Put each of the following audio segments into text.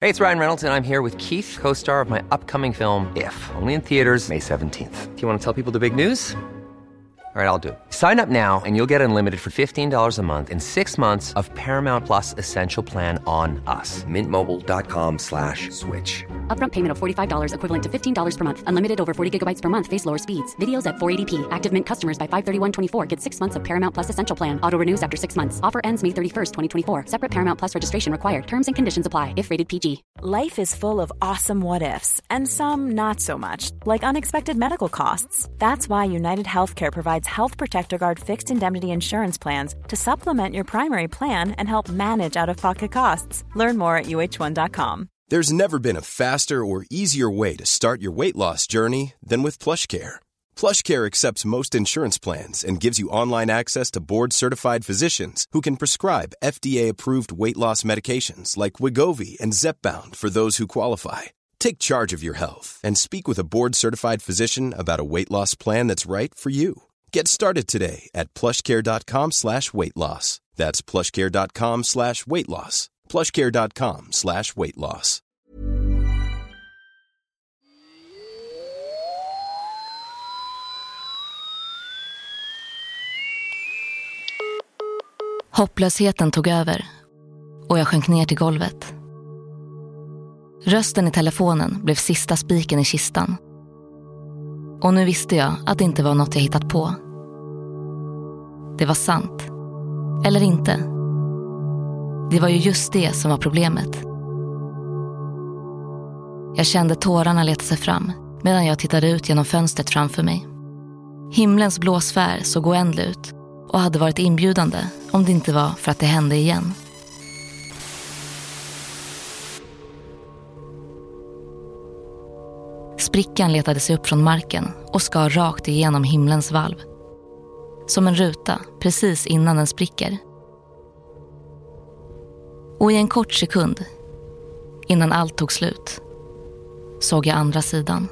Hey, it's Ryan Reynolds, and I'm here with Keith, co-star of my upcoming film, If, only in theaters May 17th. Do you want to tell people the big news? All right, I'll do it. Sign up now and you'll get unlimited for $15 a month and 6 months of Paramount Plus Essential Plan on us. MintMobile.com/switch. Upfront payment of $45 equivalent to $15 per month. Unlimited over 40 gigabytes per month. Face lower speeds. Videos at 480p. Active Mint customers by 531.24 get 6 months of Paramount Plus Essential Plan. Auto renews after 6 months. Offer ends May 31st, 2024. Separate Paramount Plus registration required. Terms and conditions apply if rated PG. Life is full of awesome what-ifs and some not so much, like unexpected medical costs. That's why United Healthcare provides Health Protector Guard fixed indemnity insurance plans to supplement your primary plan and help manage out-of-pocket costs. Learn more at uh1.com. There's never been a faster or easier way to start your weight loss journey than with PlushCare. PlushCare accepts most insurance plans and gives you online access to board-certified physicians who can prescribe FDA-approved weight loss medications like Wegovy and Zepbound for those who qualify. Take charge of your health and speak with a board-certified physician about a weight loss plan that's right for you. Get started today at plushcare.com/weightloss. That's plushcare.com/weightloss. plushcare.com/weightloss. Hopplösheten tog över och jag sjönk ner till golvet. Rösten i telefonen blev sista spiken i kistan. Och nu visste jag att det inte var något jag hittat på. Det var sant. Eller inte. Det var ju just det som var problemet. Jag kände tårarna leta sig fram medan jag tittade ut genom fönstret framför mig. Himlens blå sfär såg oändlig ut och hade varit inbjudande om det inte var för att det hände igen. Sprickan letade sig upp från marken och skar rakt igenom himlens valv. Som en ruta precis innan den spricker. Och i en kort sekund, innan allt tog slut, såg jag andra sidan.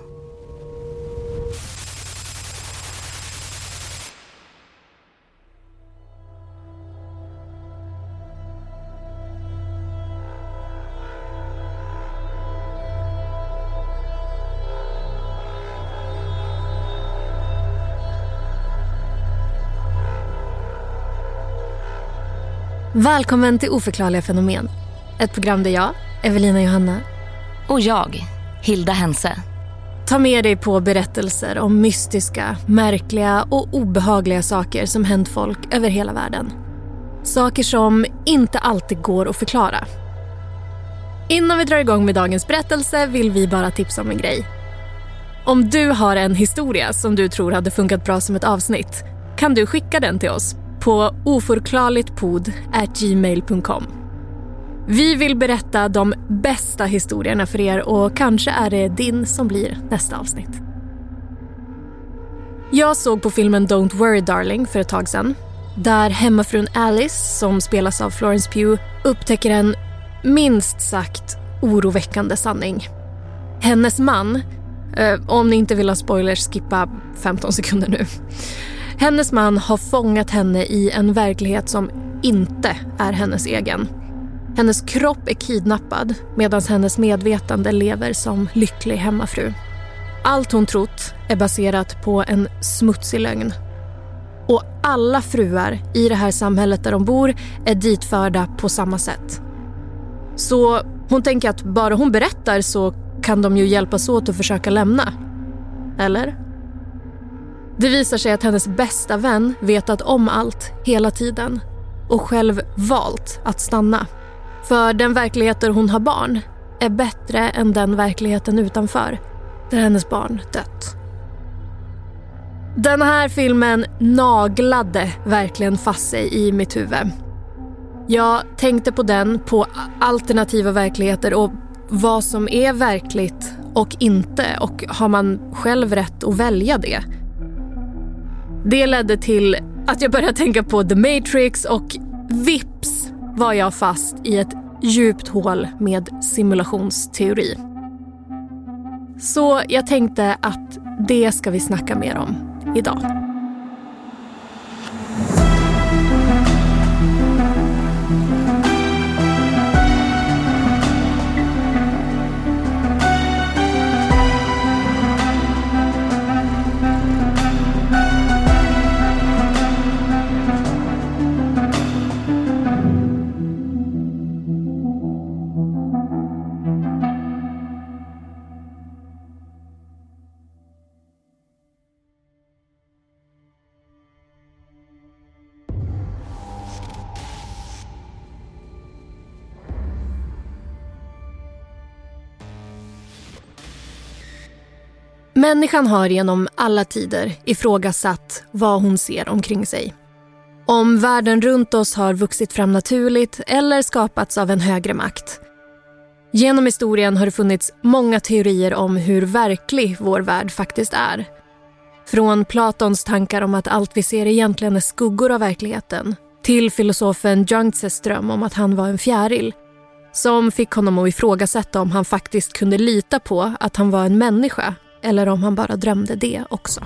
Välkommen till Oförklarliga fenomen. Ett program där jag, Evelina Johanna, och jag, Hilda Hense, tar med dig på berättelser om mystiska, märkliga och obehagliga saker som hänt folk över hela världen. Saker som inte alltid går att förklara. Innan vi drar igång med dagens berättelse vill vi bara tipsa om en grej. Om du har en historia som du tror hade funkat bra som ett avsnitt, kan du skicka den till oss på oförklarligtpodd@gmail.com. Vi vill berätta de bästa historierna för er och kanske är det din som blir nästa avsnitt. Jag såg på filmen Don't Worry Darling för ett tag sedan, där hemmafrun Alice, som spelas av Florence Pugh, upptäcker en minst sagt oroväckande sanning. Hennes man, om ni inte vill ha spoilers, skippa 15 sekunder nu. Hennes man har fångat henne i en verklighet som inte är hennes egen. Hennes kropp är kidnappad medan hennes medvetande lever som lycklig hemmafru. Allt hon trott är baserat på en smutsig lögn. Och alla fruar i det här samhället där de bor är ditförda på samma sätt. Så hon tänker att bara hon berättar så kan de ju hjälpas åt att försöka lämna. Eller? Det visar sig att hennes bästa vän vetat om allt hela tiden och själv valt att stanna. För den verklighet där hon har barn är bättre än den verkligheten utanför, där hennes barn dött. Den här filmen naglade verkligen fast sig i mitt huvud. Jag tänkte på den, på alternativa verkligheter och vad som är verkligt och inte, och har man själv rätt att välja det. Det ledde till att jag började tänka på The Matrix och vips var jag fast i ett djupt hål med simulationsteori. Så jag tänkte att det ska vi snacka mer om idag. Människan har genom alla tider ifrågasatt vad hon ser omkring sig. Om världen runt oss har vuxit fram naturligt eller skapats av en högre makt. Genom historien har det funnits många teorier om hur verklig vår värld faktiskt är. Från Platons tankar om att allt vi ser egentligen är skuggor av verkligheten till filosofen Zhuangzes dröm om att han var en fjäril som fick honom att ifrågasätta om han faktiskt kunde lita på att han var en människa eller om han bara drömde det också.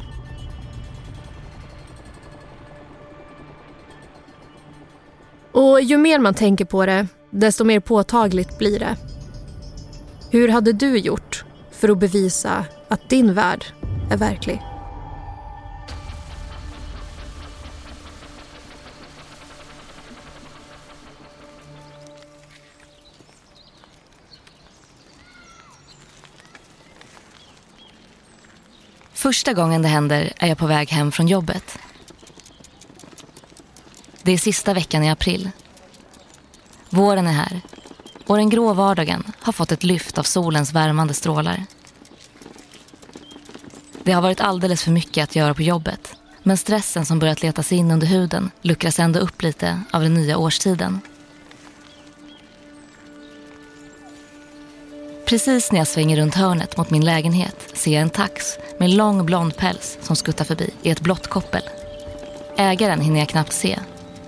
Och ju mer man tänker på det, desto mer påtagligt blir det. Hur hade du gjort för att bevisa att din värld är verklig? Första gången det händer är jag på väg hem från jobbet. Det är sista veckan i april. Våren är här och den grå vardagen har fått ett lyft av solens värmande strålar. Det har varit alldeles för mycket att göra på jobbet, men stressen som börjat leta sig in under huden luckras ändå upp lite av den nya årstiden. Precis när jag svänger runt hörnet mot min lägenhet ser jag en tax med lång blond päls som skuttar förbi i ett blått koppel. Ägaren hinner jag knappt se.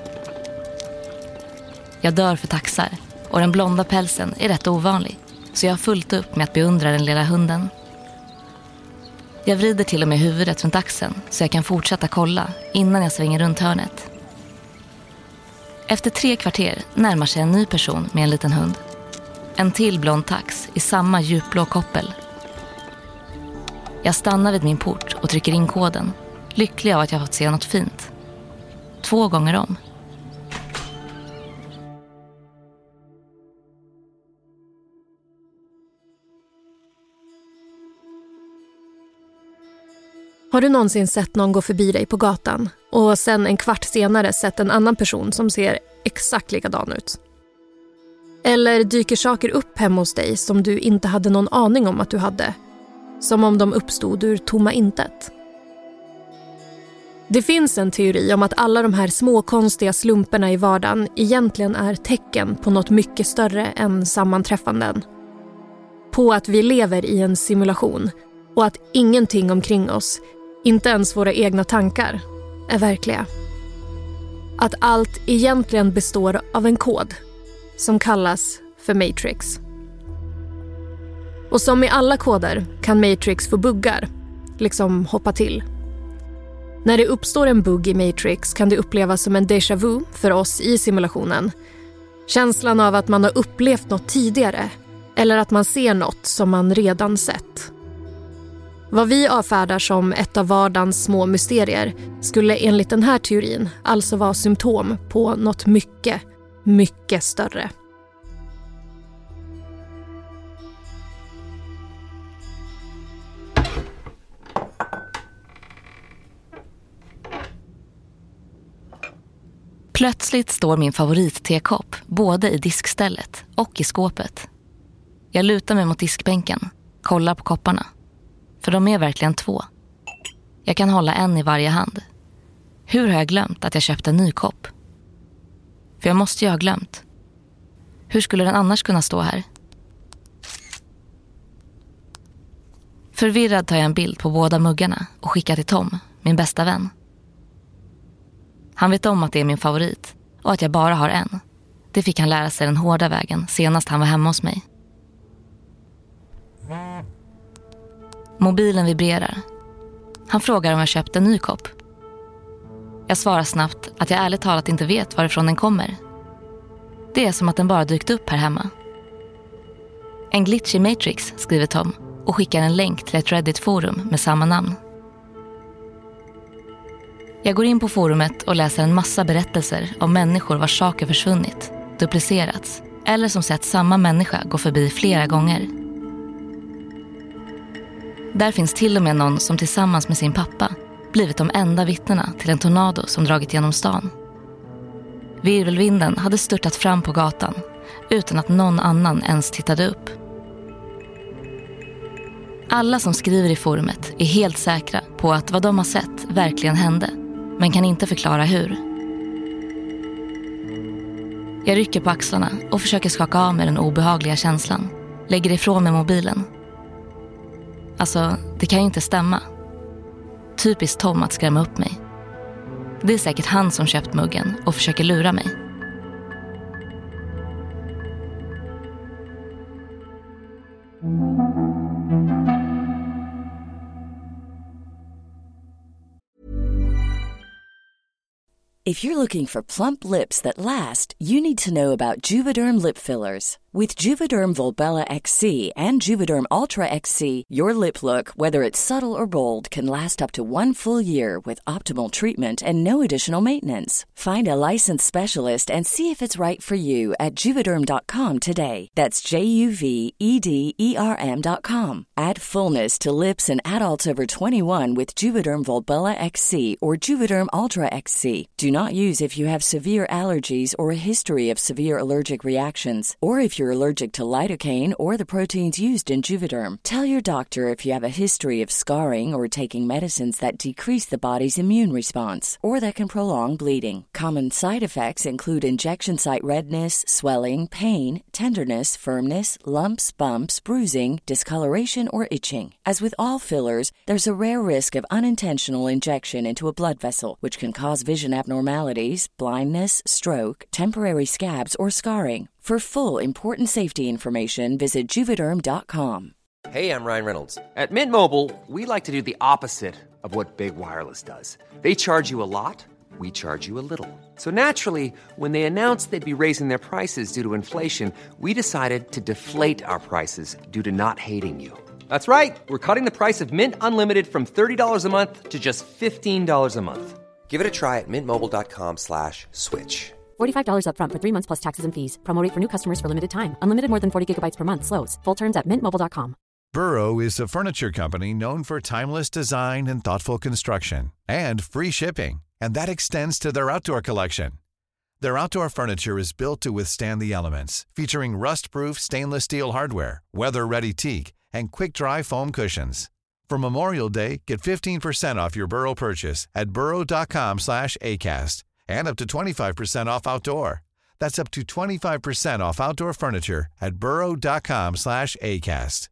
Jag dör för taxar och den blonda pälsen är rätt ovanlig, så jag har fullt upp med att beundra den lilla hunden. Jag vrider till och med huvudet runt axeln så jag kan fortsätta kolla innan jag svänger runt hörnet. Efter 3 kvarter närmar sig en ny person med en liten hund. En till blond tax i samma djupblå koppel. Jag stannar vid min port och trycker in koden, lycklig av att jag fått se något fint. 2 gånger om. Har du någonsin sett någon gå förbi dig på gatan och sen en kvart senare sett en annan person som ser exakt likadan ut? Eller dyker saker upp hemma hos dig som du inte hade någon aning om att du hade? Som om de uppstod ur tomma intet. Det finns en teori om att alla de här små konstiga slumperna i vardagen egentligen är tecken på något mycket större än sammanträffanden. På att vi lever i en simulation och att ingenting omkring oss, inte ens våra egna tankar, är verkliga. Att allt egentligen består av en kod som kallas för Matrix. Och som i alla koder kan Matrix få buggar, liksom hoppa till. När det uppstår en bugg i Matrix kan det upplevas som en déjà vu för oss i simulationen. Känslan av att man har upplevt något tidigare eller att man ser något som man redan sett. Vad vi avfärdar som ett av vardagens små mysterier skulle enligt den här teorin alltså vara symptom på något mycket, mycket större. Plötsligt står min favorit-tekopp både i diskstället och i skåpet. Jag lutar mig mot diskbänken, kollar på kopparna. För de är verkligen 2. Jag kan hålla en i varje hand. Hur har jag glömt att jag köpte en ny kopp? För jag måste ju ha glömt. Hur skulle den annars kunna stå här? Förvirrad tar jag en bild på båda muggarna och skickar till Tom, min bästa vän. Han vet om att det är min favorit och att jag bara har en. Det fick han lära sig den hårda vägen senast han var hemma hos mig. Mobilen vibrerar. Han frågar om jag köpt en ny kopp. Jag svarar snabbt att jag ärligt talat inte vet varifrån den kommer. Det är som att den bara dykt upp här hemma. En glitch i Matrix, skriver Tom och skickar en länk till ett Reddit-forum med samma namn. Jag går in på forumet och läser en massa berättelser om människor vars saker försvunnit, duplicerats eller som sett samma människa gå förbi flera gånger. Där finns till och med någon som tillsammans med sin pappa blivit de enda vittnena till en tornado som dragit genom stan. Virvelvinden hade störtat fram på gatan utan att någon annan ens tittade upp. Alla som skriver i forumet är helt säkra på att vad de har sett verkligen hände, men kan inte förklara hur. Jag rycker på axlarna och försöker skaka av mig den obehagliga känslan. Lägger ifrån mig mobilen. Alltså, det kan ju inte stämma. Typiskt Tom att skrämma upp mig. Det är säkert han som köpt muggen och försöker lura mig. If you're looking for plump lips that last, you need to know about Juvederm lip fillers. With Juvederm Volbella XC and Juvederm Ultra XC, your lip look, whether it's subtle or bold, can last up to 1 full year with optimal treatment and no additional maintenance. Find a licensed specialist and see if it's right for you at Juvederm.com today. That's JUVEDERM.com. Add fullness to lips in adults over 21 with Juvederm Volbella XC or Juvederm Ultra XC. Do not use if you have severe allergies or a history of severe allergic reactions, or if you're allergic to lidocaine or the proteins used in Juvederm. Tell your doctor if you have a history of scarring or taking medicines that decrease the body's immune response or that can prolong bleeding. Common side effects include injection site redness, swelling, pain, tenderness, firmness, lumps, bumps, bruising, discoloration, or itching. As with all fillers, there's a rare risk of unintentional injection into a blood vessel, which can cause vision abnormalities, blindness, stroke, temporary scabs, or scarring. For full, important safety information, visit Juvederm.com. Hey, I'm Ryan Reynolds. At Mint Mobile, we like to do the opposite of what Big Wireless does. They charge you a lot, we charge you a little. So naturally, when they announced they'd be raising their prices due to inflation, we decided to deflate our prices due to not hating you. That's right. We're cutting the price of Mint Unlimited from $30 a month to just $15 a month. Give it a try at mintmobile.com/switch. $45 up front for 3 months plus taxes and fees. Promo rate for new customers for limited time. Unlimited more than 40 gigabytes per month. Slows full terms at mintmobile.com. Burrow is a furniture company known for timeless design and thoughtful construction, and free shipping. And that extends to their outdoor collection. Their outdoor furniture is built to withstand the elements, featuring rust-proof stainless steel hardware, weather-ready teak, and quick-dry foam cushions. For Memorial Day, get 15% off your Burrow purchase at burrow.com/acast, and up to 25% off outdoor. That's up to 25% off outdoor furniture at burrow.com/acast.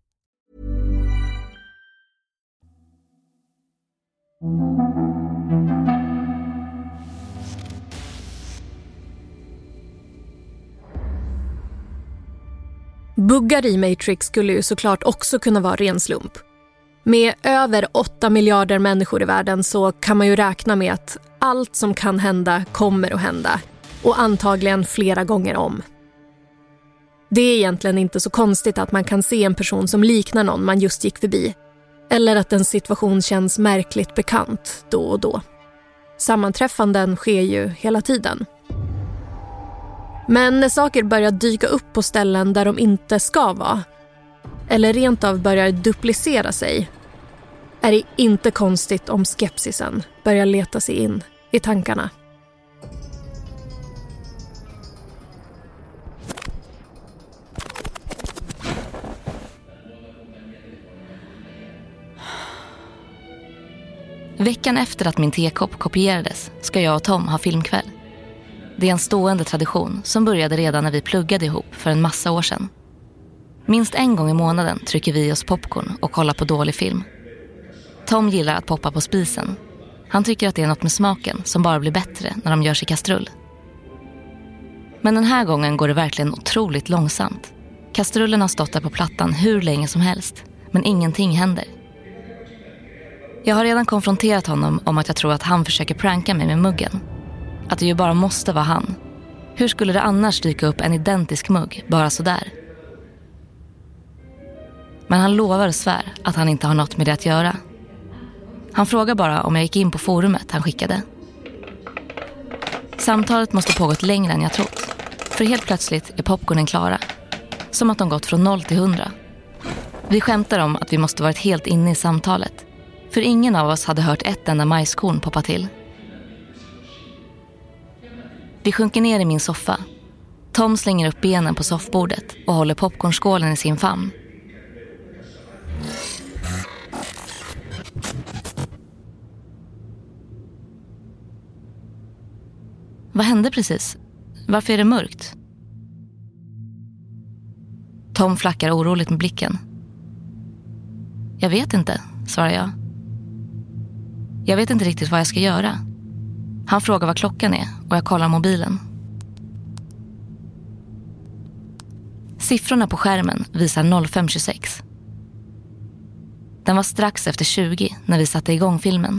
Buggar i Matrix skulle ju såklart också kunna vara ren slump. Med över 8 miljarder människor i världen så kan man ju räkna med att allt som kan hända kommer att hända. Och antagligen flera gånger om. Det är egentligen inte så konstigt att man kan se en person som liknar någon man just gick förbi. Eller att en situation känns märkligt bekant då och då. Sammanträffanden sker ju hela tiden. Men när saker börjar dyka upp på ställen där de inte ska vara, eller rent av börjar duplicera sig, är det inte konstigt om skepsisen börjar leta sig in i tankarna. Veckan efter att min tekopp kopierades ska jag och Tom ha filmkväll. Det är en stående tradition som började redan när vi pluggade ihop för en massa år sedan. Minst en gång i månaden trycker vi oss popcorn och kollar på dålig film. Tom gillar att poppa på spisen. Han tycker att det är något med smaken som bara blir bättre när de görs i kastrull. Men den här gången går det verkligen otroligt långsamt. Kastrullen har stått där på plattan hur länge som helst, men ingenting händer. Jag har redan konfronterat honom om att jag tror att han försöker pranka mig med muggen. Att det ju bara måste vara han. Hur skulle det annars dyka upp en identisk mugg bara så där? Men han lovar och svär att han inte har något med det att göra. Han frågar bara om jag gick in på forumet han skickade. Samtalet måste pågått längre än jag trott. För helt plötsligt är popcornen klara. Som att de gått från 0 till 100. Vi skämtar om att vi måste varit helt inne i samtalet. För ingen av oss hade hört ett enda majskorn poppa till. Vi sjunker ner i min soffa. Tom slänger upp benen på soffbordet och håller popcornskålen i sin famn. Vad hände precis? Varför är det mörkt? Tom flackar oroligt med blicken. Jag vet inte, svarar jag. Jag vet inte riktigt vad jag ska göra. Han frågar vad klockan är och jag kollar mobilen. Siffrorna på skärmen visar 05.26. Den var strax efter 20 när vi satte igång filmen.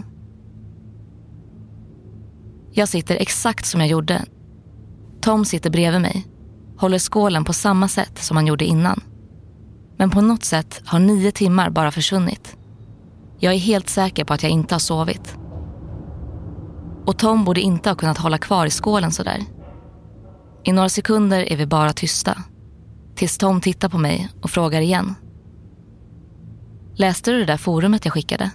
Jag sitter exakt som jag gjorde. Tom sitter bredvid mig, håller skålen på samma sätt som han gjorde innan. Men på något sätt har 9 timmar bara försvunnit. Jag är helt säker på att jag inte har sovit. Och Tom borde inte ha kunnat hålla kvar i skålen så där. I några sekunder är vi bara tysta. Tills Tom tittar på mig och frågar igen. Läste du det där forumet jag skickade?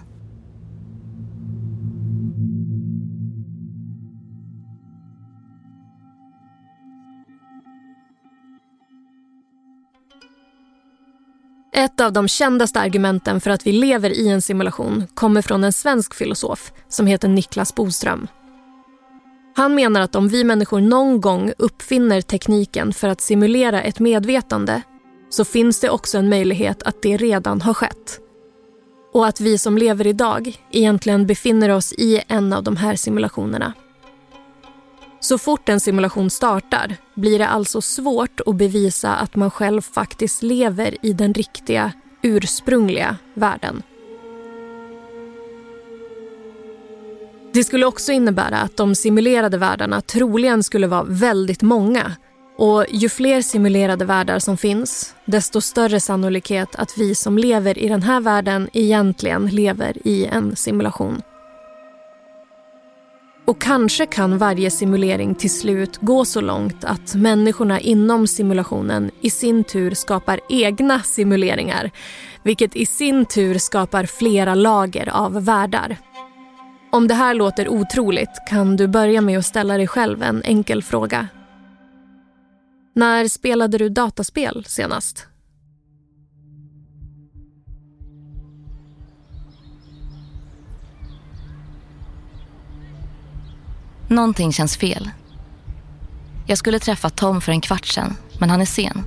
Ett av de kändaste argumenten för att vi lever i en simulation kommer från en svensk filosof som heter Niklas Boström. Han menar att om vi människor någon gång uppfinner tekniken för att simulera ett medvetande så finns det också en möjlighet att det redan har skett. Och att vi som lever idag egentligen befinner oss i en av de här simulationerna. Så fort en simulation startar blir det alltså svårt att bevisa att man själv faktiskt lever i den riktiga, ursprungliga världen. Det skulle också innebära att de simulerade världarna troligen skulle vara väldigt många. Och ju fler simulerade världar som finns, desto större sannolikhet att vi som lever i den här världen egentligen lever i en simulation. Och kanske kan varje simulering till slut gå så långt att människorna inom simulationen i sin tur skapar egna simuleringar, vilket i sin tur skapar flera lager av världar. Om det här låter otroligt kan du börja med att ställa dig själv en enkel fråga. När spelade du dataspel senast? Någonting känns fel. Jag skulle träffa Tom för en kvart sedan, men han är sen.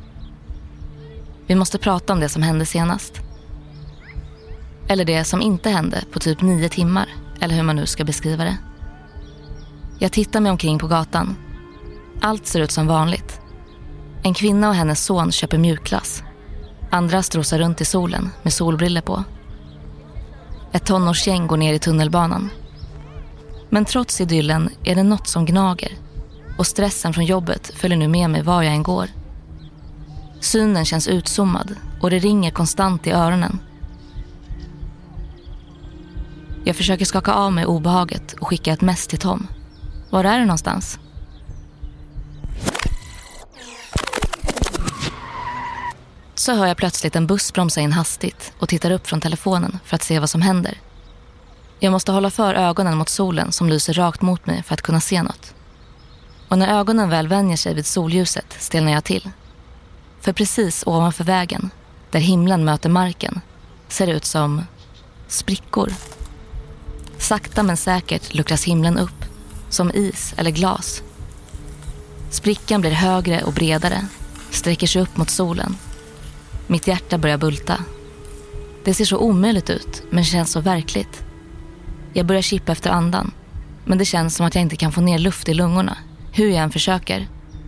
Vi måste prata om det som hände senast. Eller det som inte hände på typ 9 timmar, eller hur man nu ska beskriva det. Jag tittar mig omkring på gatan. Allt ser ut som vanligt. En kvinna och hennes son köper mjukglass. Andra strosar runt i solen med solbriller på. Ett tonårsgäng går ner i tunnelbanan. Men trots idyllen är det något som gnager. Och stressen från jobbet följer nu med mig var jag än går. Synen känns utzoomad och det ringer konstant i öronen. Jag försöker skaka av mig obehaget och skicka ett mess till Tom. Var är du någonstans? Så hör jag plötsligt en buss bromsa in hastigt och tittar upp från telefonen för att se vad som händer. Jag måste hålla för ögonen mot solen som lyser rakt mot mig för att kunna se något. Och när ögonen väl vänjer sig vid solljuset stelnar jag till. För precis ovanför vägen, där himlen möter marken, ser det ut som sprickor. Sakta men säkert luckras himlen upp, som is eller glas. Sprickan blir högre och bredare, sträcker sig upp mot solen. Mitt hjärta börjar bulta. Det ser så omöjligt ut, men känns så verkligt. Jag börjar kippa efter andan, men det känns som att jag inte kan få ner luft i lungorna, hur jag än försöker.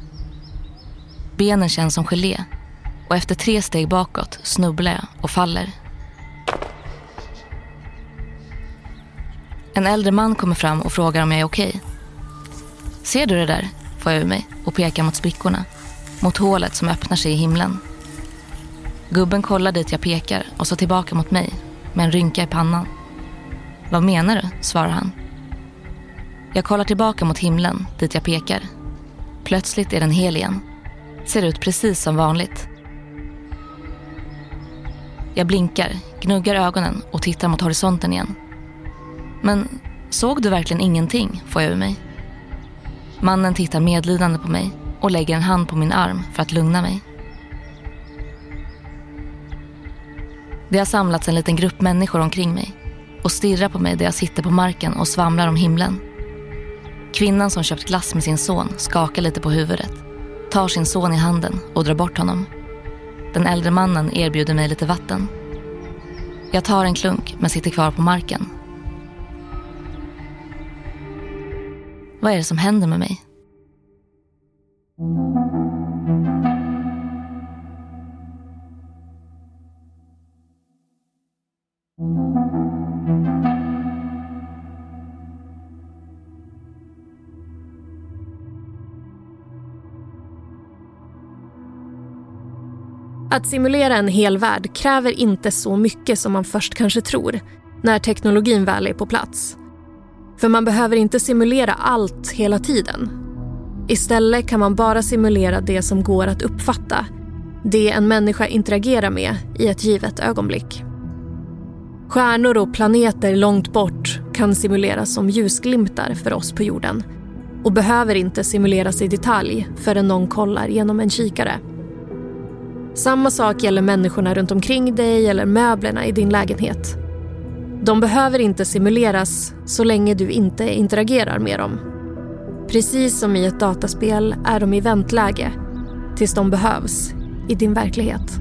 Benen känns som gelé, och efter 3 steg bakåt snubblar jag och faller. En äldre man kommer fram och frågar om jag är okej. Ser du det där? Får jag ur mig och pekar mot sprickorna, mot hålet som öppnar sig i himlen. Gubben kollar dit jag pekar och så tillbaka mot mig med en rynka i pannan. Vad menar du? Svarar han. Jag kollar tillbaka mot himlen dit jag pekar. Plötsligt är den hel igen. Ser ut precis som vanligt. Jag blinkar, gnuggar ögonen och tittar mot horisonten igen. Men såg du verkligen ingenting? Får jag ur mig. Mannen tittar medlidande på mig och lägger en hand på min arm för att lugna mig. Det har samlats en liten grupp människor omkring mig och stirrar på mig där jag sitter på marken och svamlar om himlen. Kvinnan som köpt glass med sin son skakar lite på huvudet, tar sin son i handen och drar bort honom. Den äldre mannen erbjuder mig lite vatten. Jag tar en klunk men sitter kvar på marken. Vad är det som händer med mig? Att simulera en hel värld kräver inte så mycket som man först kanske tror när teknologin väl är på plats. För man behöver inte simulera allt hela tiden. Istället kan man bara simulera det som går att uppfatta, det en människa interagerar med i ett givet ögonblick. Stjärnor och planeter långt bort kan simuleras som ljusglimtar för oss på jorden och behöver inte simuleras i detalj förrän någon kollar genom en kikare. Samma sak gäller människorna runt omkring dig eller möblerna i din lägenhet. De behöver inte simuleras så länge du inte interagerar med dem. Precis som i ett dataspel är de i väntläge tills de behövs i din verklighet.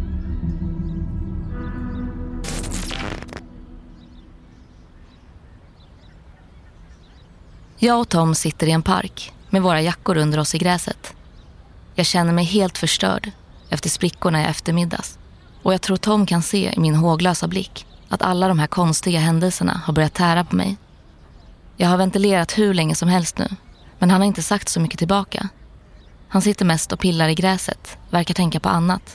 Jag och Tom sitter i en park med våra jackor under oss i gräset. Jag känner mig helt förstörd efter sprickorna i eftermiddags. Och jag tror Tom kan se i min håglösa blick att alla de här konstiga händelserna har börjat tära på mig. Jag har ventilerat hur länge som helst nu, men han har inte sagt så mycket tillbaka. Han sitter mest och pillar i gräset, verkar tänka på annat.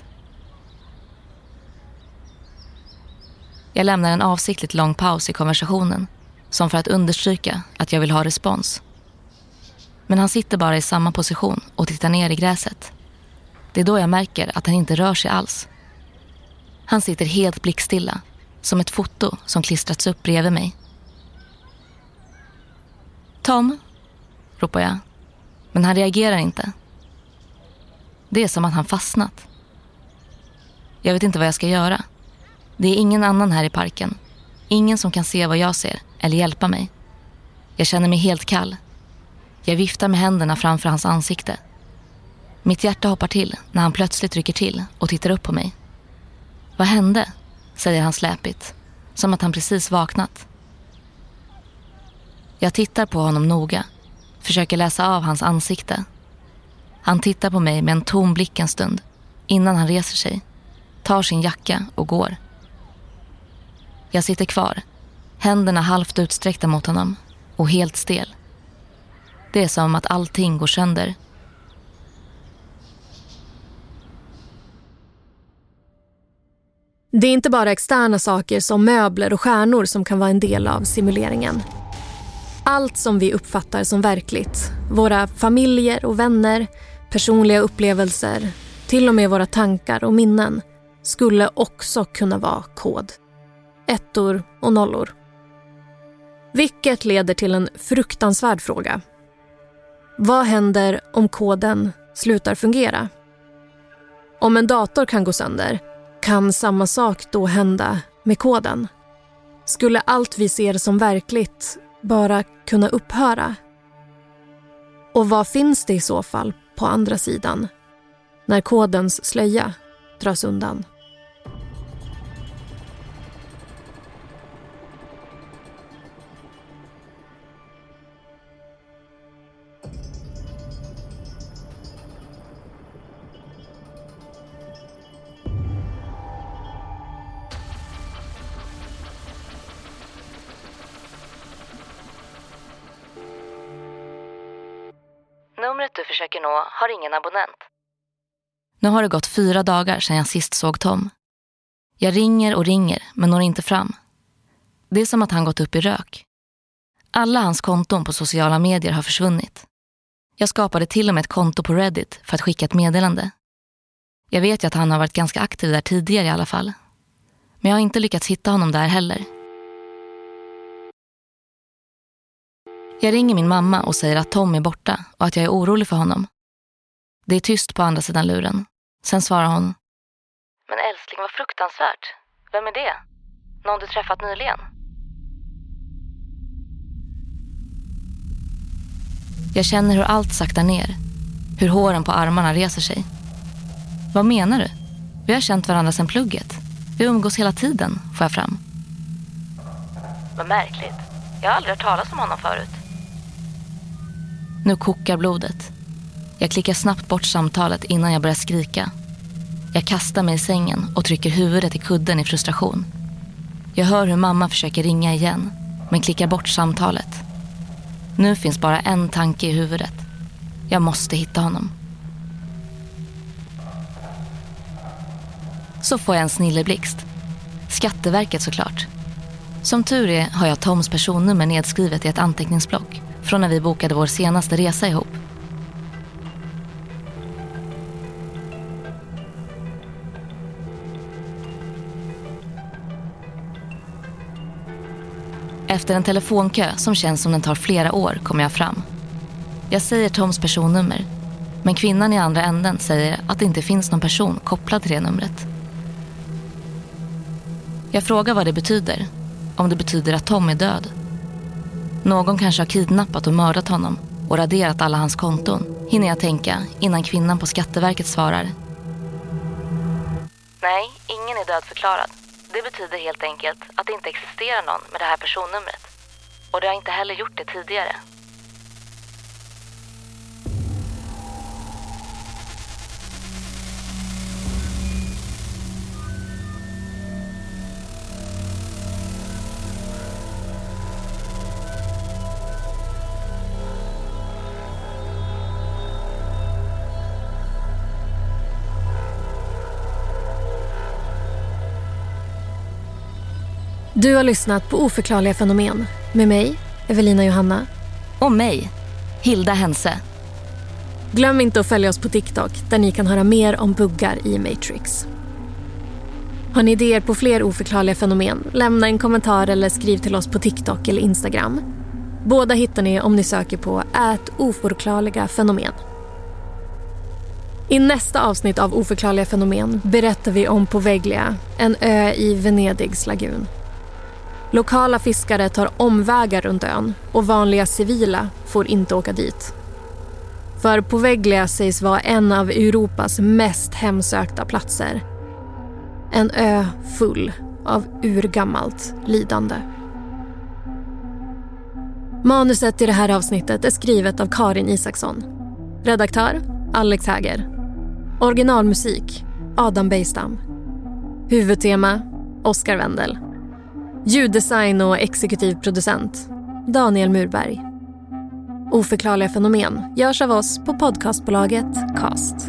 Jag lämnar en avsiktligt lång paus i konversationen, som för att understryka att jag vill ha respons. Men han sitter bara i samma position och tittar ner i gräset. Det är då jag märker att han inte rör sig alls. Han sitter helt blickstilla, som ett foto som klistrats upp bredvid mig. Tom, ropar jag. Men han reagerar inte. Det är som att han fastnat. Jag vet inte vad jag ska göra. Det är ingen annan här i parken. Ingen som kan se vad jag ser eller hjälpa mig. Jag känner mig helt kall. Jag viftar med händerna framför hans ansikte. Mitt hjärta hoppar till när han plötsligt rycker till och tittar upp på mig. Vad hände? Säger han släpigt, som att han precis vaknat. Jag tittar på honom noga, försöker läsa av hans ansikte. Han tittar på mig med en tom blick en stund, innan han reser sig, tar sin jacka och går. Jag sitter kvar, händerna halvt utsträckta mot honom och helt stel. Det är som att allting går sönder. Det är inte bara externa saker som möbler och stjärnor som kan vara en del av simuleringen. Allt som vi uppfattar som verkligt, våra familjer och vänner, personliga upplevelser, till och med våra tankar och minnen, skulle också kunna vara kod. Ettor och nollor. Vilket leder till en fruktansvärd fråga. Vad händer om koden slutar fungera? Om en dator kan gå sönder, kan samma sak då hända med koden? Skulle allt vi ser som verkligt bara kunna upphöra? Och vad finns det i så fall på andra sidan när kodens slöja dras undan? Numret du försöker nå har ingen abonnent. Nu har det gått 4 dagar sedan jag sist såg Tom. Jag ringer och ringer men når inte fram. Det är som att han gått upp i rök. Alla hans konton på sociala medier har försvunnit. Jag skapade till och med ett konto på Reddit för att skicka ett meddelande. Jag vet ju att han har varit ganska aktiv där tidigare i alla fall. Men jag har inte lyckats hitta honom där heller. Jag ringer min mamma och säger att Tom är borta och att jag är orolig för honom. Det är tyst på andra sidan luren. Sen svarar hon: Men älskling, vad fruktansvärt. Vem är det? Någon du träffat nyligen? Jag känner hur allt saktar ner. Hur håren på armarna reser sig. Vad menar du? Vi har känt varandra sedan plugget. Vi umgås hela tiden, får jag fram. Vad märkligt. Jag har aldrig hört talas om honom förut. Nu kokar blodet. Jag klickar snabbt bort samtalet innan jag börjar skrika. Jag kastar mig i sängen och trycker huvudet i kudden i frustration. Jag hör hur mamma försöker ringa igen, men klickar bort samtalet. Nu finns bara en tanke i huvudet. Jag måste hitta honom. Så får jag en snilleblixt. Skatteverket såklart. Som tur är har jag Toms personnummer nedskrivet i ett anteckningsblock från när vi bokade vår senaste resa ihop. Efter en telefonkö som känns som den tar flera år kommer jag fram. Jag säger Toms personnummer, men kvinnan i andra änden säger att det inte finns någon person kopplad till det numret. Jag frågar vad det betyder, om det betyder att Tom är död. Någon kanske har kidnappat och mördat honom och raderat alla hans konton, hinner jag tänka innan kvinnan på Skatteverket svarar. Nej, ingen är dödförklarad. Det betyder helt enkelt att det inte existerar någon med det här personnumret. Och det har inte heller gjort det tidigare. Du har lyssnat på Oförklarliga fenomen med mig, Evelina Johanna. Och mig, Hilda Hense. Glöm inte att följa oss på TikTok där ni kan höra mer om buggar i Matrix. Har ni idéer på fler oförklarliga fenomen? Lämna en kommentar eller skriv till oss på TikTok eller Instagram. Båda hittar ni om ni söker på @oförklarliga fenomen. I nästa avsnitt av Oförklarliga fenomen berättar vi om Poveglia, en ö i Venedigs lagun. Lokala fiskare tar omvägar runt ön och vanliga civila får inte åka dit. För Poveglia sägs vara en av Europas mest hemsökta platser. En ö full av urgammalt lidande. Manuset i det här avsnittet är skrivet av Karin Isaksson. Redaktör Alex Häger. Originalmusik Adam Bejstam. Huvudtema Oscar Wendel. Ljuddesign och exekutiv producent Daniel Murberg. Oförklarliga fenomen görs av oss på podcastbolaget Cast.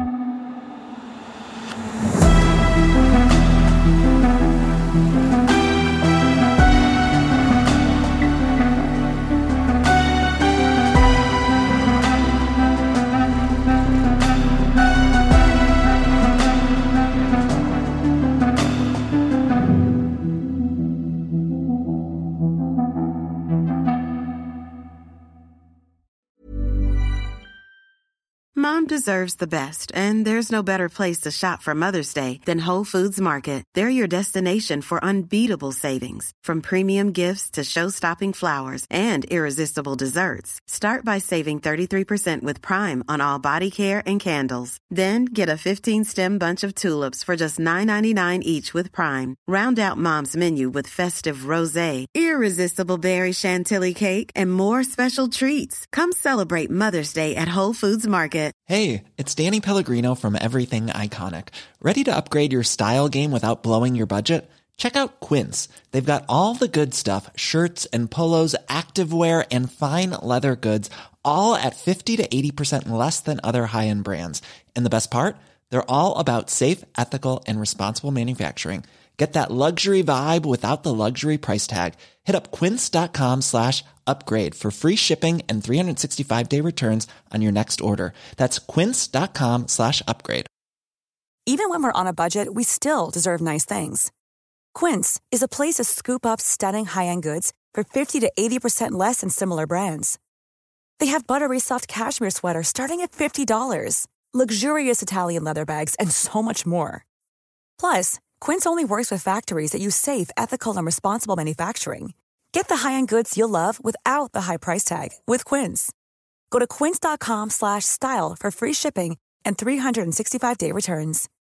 Mom deserves the best, and there's no better place to shop for Mother's Day than Whole Foods Market. They're your destination for unbeatable savings, from premium gifts to show-stopping flowers and irresistible desserts. Start by saving 33% with Prime on all body care and candles. Then get a 15-stem bunch of tulips for just $9.99 each with Prime. Round out Mom's menu with festive rosé, irresistible berry chantilly cake, and more special treats. Come celebrate Mother's Day at Whole Foods Market. Hey, it's Danny Pellegrino from Everything Iconic. Ready to upgrade your style game without blowing your budget? Check out Quince. They've got all the good stuff, shirts and polos, activewear, and fine leather goods, all at 50 to 80% less than other high-end brands. And the best part? They're all about safe, ethical, and responsible manufacturing. Get that luxury vibe without the luxury price tag. Hit up quince.com/upgrade for free shipping and 365-day returns on your next order. That's quince.com/upgrade. Even when we're on a budget, we still deserve nice things. Quince is a place to scoop up stunning high-end goods for 50 to 80% less than similar brands. They have buttery soft cashmere sweaters starting at $50, luxurious Italian leather bags, and so much more. Plus, Quince only works with factories that use safe, ethical, and responsible manufacturing. Get the high-end goods you'll love without the high price tag with Quince. Go to quince.com/style for free shipping and 365-day returns.